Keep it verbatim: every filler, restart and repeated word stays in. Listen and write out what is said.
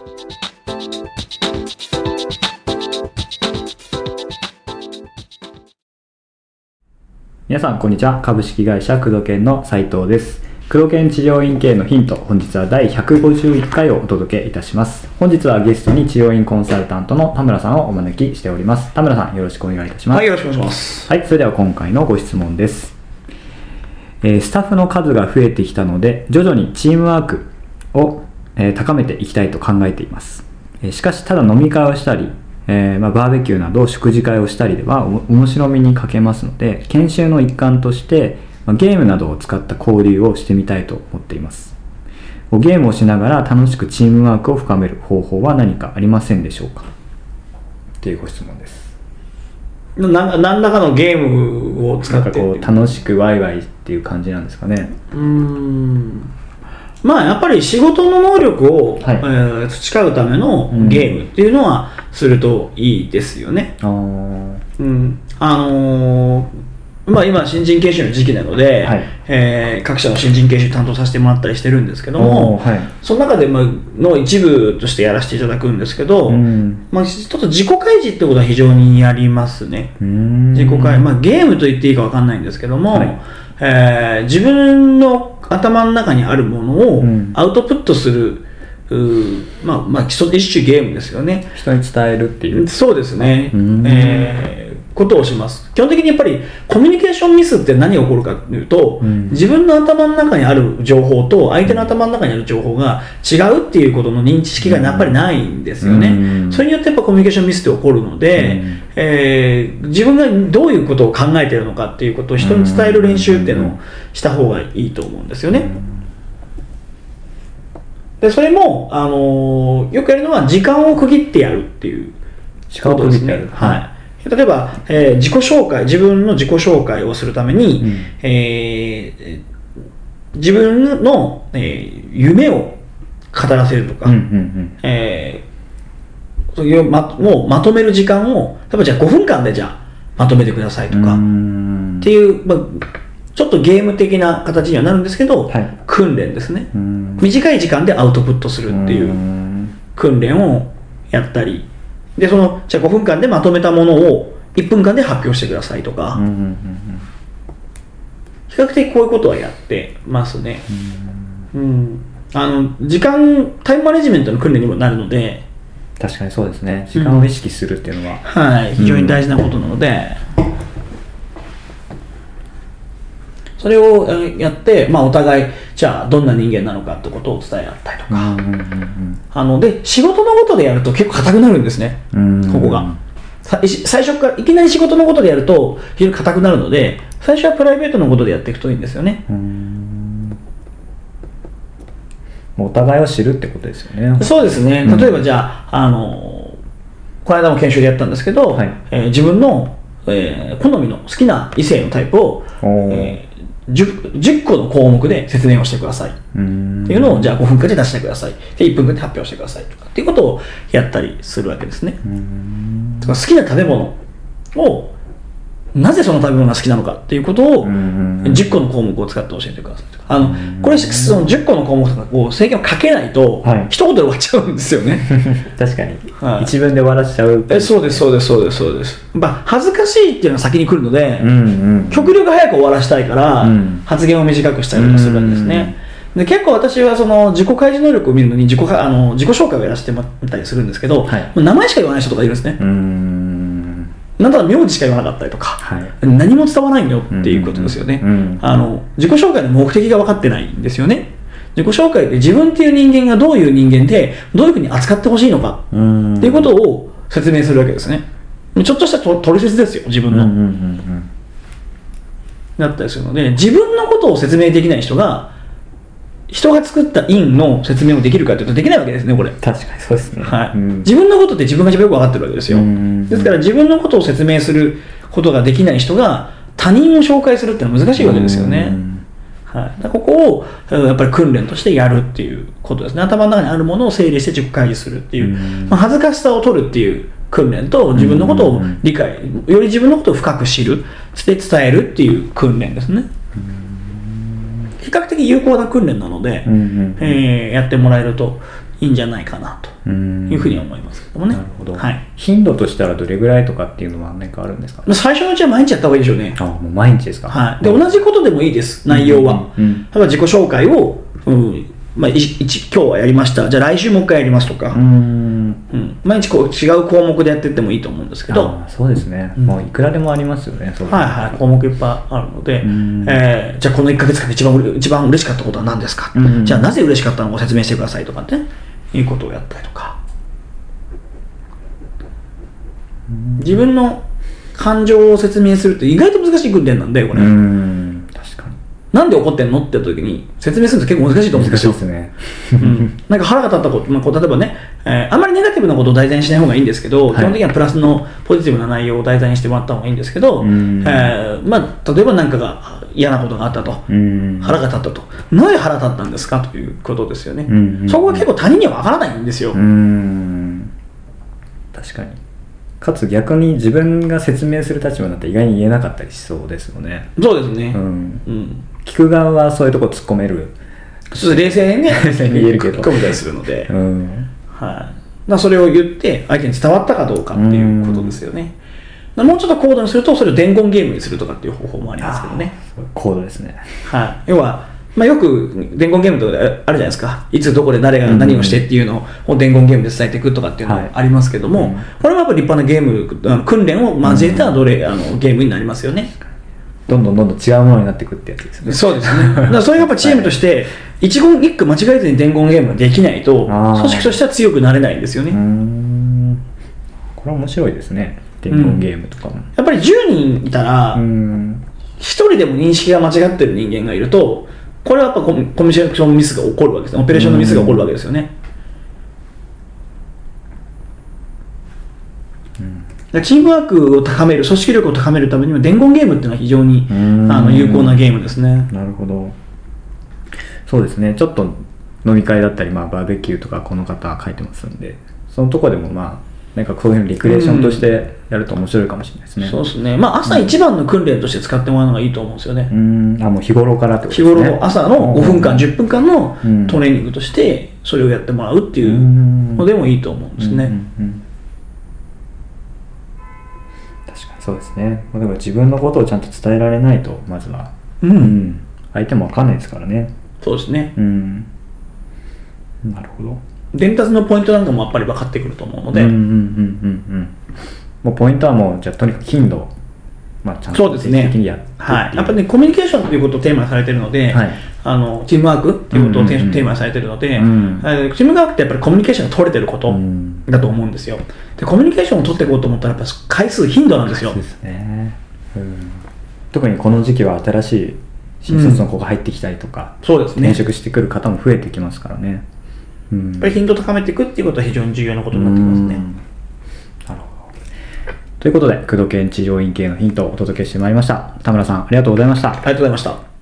皆さんこんにちは。株式会社工藤研の斉藤です。工藤研治療院経営のヒント、本日はだいひゃくごじゅういっかいをお届けいたします。本日はゲストに治療院コンサルタントの田村さんをお招きしております。田村さん、よろしくお願いいたします。 はい、よろしくお願いします。 はい、それでは今回のご質問です。えー、スタッフの数が増えてきたので、徐々にチームワークを、えー、高めていきたいと考えています。えー、しかしただ飲み会をしたり、えーまあ、バーベキューなど食事会をしたりでは面白みに欠けますので、研修の一環として、まあ、ゲームなどを使った交流をしてみたいと思っています。ゲームをしながら楽しくチームワークを深める方法は何かありませんでしょうか、っていうご質問です。 な何らかのゲームを使ってってこう楽しくワイワイっていう感じなんですかね。 うーんまあやっぱり仕事の能力を、はい、えー、培うためのゲームっていうのはするといいですよね。 うん、 あうんあのーまあ、今新人研修の時期なので、はい、えー、各社の新人研修担当させてもらったりしてるんですけども、はい、その中でまあの一部としてやらせていただくんですけど、うん、まあ、ちょっと自己開示ってことは非常にやりますね。自己開示、まあ、ゲームと言っていいか分かんないんですけども、はい、えー、自分の頭の中にあるものをアウトプットする、うん、まあまあ、一種ゲームですよね。 人に伝えるっていう。 そうですね。えーことをします。基本的にやっぱりコミュニケーションミスって何が起こるかというと、うん、自分の頭の中にある情報と相手の頭の中にある情報が違うっていうことの認知識がやっぱりないんですよね。うん、それによってやっぱコミュニケーションミスって起こるので、うん、えー、自分がどういうことを考えているのかっていうことを人に伝える練習っていうのをした方がいいと思うんですよね。でそれも、あのー、よくやるのは時間を区切ってやるっていうことですね。はい。例えば、えー、自己紹介、自分の自己紹介をするために、うん、えー、自分の、えー、夢を語らせるとか、うんうんうん、えー、そういうま、もうまとめる時間を、例えばじゃあごふんかんでじゃあまとめてくださいとか、っていう、まあ、ちょっとゲーム的な形にはなるんですけど、はい、訓練ですね。短い時間でアウトプットするっていう訓練をやったり、でそのじゃあごふんかんでまとめたものをいっぷんかんで発表してくださいとか、うんうんうんうん、比較的こういうことはやってますね。うん、うん、あの時間タイムマネジメントの訓練にもなるので。 確かにそうですね。時間を意識するっていうのは、 うん、はい、非常に大事なことなので、うん、それをやって、まあ、お互いじゃあどんな人間なのかってことを伝え合ったりとか、うんうんうんうん、あので仕事のことでやると結構硬くなるんですね、うんうん、ここが最初からいきなり仕事のことでやると非常に硬くなるので、最初はプライベートのことでやっていくといいんですよね。うーん、 お互いを知るってことですよね。 そうですね。例えばじゃあ、うん、あのこの間も研修でやったんですけど、はい、えー、自分の、えー、好みの好きな異性のタイプを、えー10, じゅっこの項目で説明をしてくださいっていうのをじゃあごふんかんで出してくださいでいっぷんかんで発表してくださいとかっていうことをやったりするわけですね。うーん、好きな食べ物をなぜその食べ物が好きなのかっていうことをじゅっこの項目を使って教えてくださいとか、あのこれそのじゅっこの項目とかこう制限をかけないと、はい、一言で終わっちゃうんですよね。 確かに、はい、一文で終わらせちゃう。 えそうですそうですそうですそうです。まあ、恥ずかしいっていうのが先に来るので、うんうん、極力早く終わらせたいから、うん、発言を短くしたりとかするわけですね。で結構私はその自己開示能力を見るのに自己あの自己紹介をやらせてもらったりするんですけど、はい、名前しか言わない人とかいるんですね。うーん、なんだら名字しか言わなかったりとか、はい、何も伝わらないよっていうことですよね。うんうん、あの自己紹介の目的が分かってないんですよね。自己紹介って自分っていう人間がどういう人間でどういうふうに扱ってほしいのかっていうことを説明するわけですね。ちょっとしたトリセツですよ、自分の、うんうんうんうん、だったりするので、自分のことを説明できない人が人が作った因の説明をできるかというとできないわけですね、これ。 確かにそうですね、 はい、うん、自分のことって自分が一番よく分かってるわけですよ。ですから自分のことを説明することができない人が他人を紹介するっていうのは難しいわけですよね。はい、ここをやっぱり訓練としてやるっていうことですね。頭の中にあるものを整理して自己開示するっていう、まあ、恥ずかしさを取るっていう訓練と自分のことを理解、より自分のことを深く知る、で伝えるっていう訓練ですね。比較的有効な訓練なので、うんうんうん、えー、やってもらえるといいんじゃないかなというふうに思いますけどもね。 なるほど、 はい、 頻度としたらどれぐらいとかっていうのは何かあるんですか？ 最初のうちは毎日やった方がいいでしょうね。 あ、もう毎日ですか？ はい、で同じことでもいいです、内容は。 うんうんうん、 例えば自己紹介を、うんまあ、いち今日はやりました、じゃあ来週もう一回やりますとか、 うーん、 うん、毎日こう違う項目でやっていってもいいと思うんですけど。 あ、そうですね、うん、もういくらでもありますよね。そうはいはい、項目いっぱいあるので、えー、じゃあこのいっかげつかんで一番一番嬉しかったことは何ですか、うん、じゃあなぜ嬉しかったのかご説明してくださいとかっていうことをやったりとか、自分の感情を説明するって意外と難しい訓練なんで、これ。うん、確かに。なんで怒ってんのって時に説明すると結構難しいと思うんですよ。 難しいですね。 うん、なんか腹が立ったこと、まあ、こう例えばね、えー、あんまりネガティブなことを題材にしない方がいいんですけど、はい、基本的にはプラスのポジティブな内容を題材にしてもらった方がいいんですけど、えーまあ、例えば何かが嫌なことがあったと、腹が立ったと、なぜ腹立ったんですかということですよね。そこは結構他人には分からないんですよ。 うん、確かに。かつ逆に自分が説明する立場になって意外に言えなかったりしそうですよね。 そうですね、 うんうん、聞く側はそういうとこ突っ込める、 ちょっと冷静にね冷静に言えるけど突っ込めたりするので、 うんはい、だそれを言って相手に伝わったかどうかっていうことですよね。もうちょっと高度にするとそれを伝言ゲームにするとかっていう方法もありますけどね。 高度ですね。 はい、要はまあ、よく伝言ゲームとかであるじゃないですか、いつどこで誰が何をしてっていうのを伝言ゲームで伝えていくとかっていうのもありますけども、はい、これはやっぱり立派なゲーム、あの訓練を交えたどれ、あのゲームになりますよね。 どんどんどんどん違うものになっていくってやつですね。 そうですね。だからそれがやっぱチームとして一言一句間違えずに伝言ゲームができないと組織としては強くなれないんですよね。うーん、これは面白いですね、伝言ゲームとかも。うん、 やっぱりじゅうにんいたらひとりでも認識が間違ってる人間がいると、これはやっぱコミュニケーションミスが起こるわけですね。オペレーションのミスが起こるわけですよね。うん、チームワークを高める、組織力を高めるためには伝言ゲームっていうのは非常にあの有効なゲームですね。 なるほど。そうですね。ちょっと飲み会だったり、まあ、バーベキューとかこの方は書いてますんで、そのとこでもまあなんかこういうリクレーションとしてやると面白いかもしれないですね。 うん、そうですね。まあ朝一番の訓練として使ってもらうのがいいと思うんですよね。 うん、あ、もう日頃からってことですね。 日頃朝のごふんかんじゅっぷんかんのトレーニングとしてそれをやってもらうっていうのでもいいと思うんですね。うんうんうん、 確かにそうですね。でも自分のことをちゃんと伝えられないとまずは、 うんうん、 相手も分かんないですからね。 そうですね。 うん、なるほど。 伝達のポイントなんかもやっぱり分かってくると思うので、うんうんうんうんうん、もうポイントはもうじゃあとにかく頻度、まあ、ちゃんと定期的にやって、 はい、やっぱりねコミュニケーションということをテーマにされているので、はい、あのチームワークということをテーマにされているので、うんうんうん、チームワークってやっぱりコミュニケーションが取れてることだと思うんですよ。でコミュニケーションを取っていこうと思ったらやっぱ回数頻度なんですよ。 そうですね、うん、特にこの時期は新しい新卒の子が入ってきたりとか、 うん、そうですね、 転職してくる方も増えてきますからね。 うん、やっぱり頻度を高めていくっていうことは非常に重要なことになってきますね。 なるほど。ということで、工藤研治療院系のヒントをお届けしてまいりました。田村さん、ありがとうございました。ありがとうございました。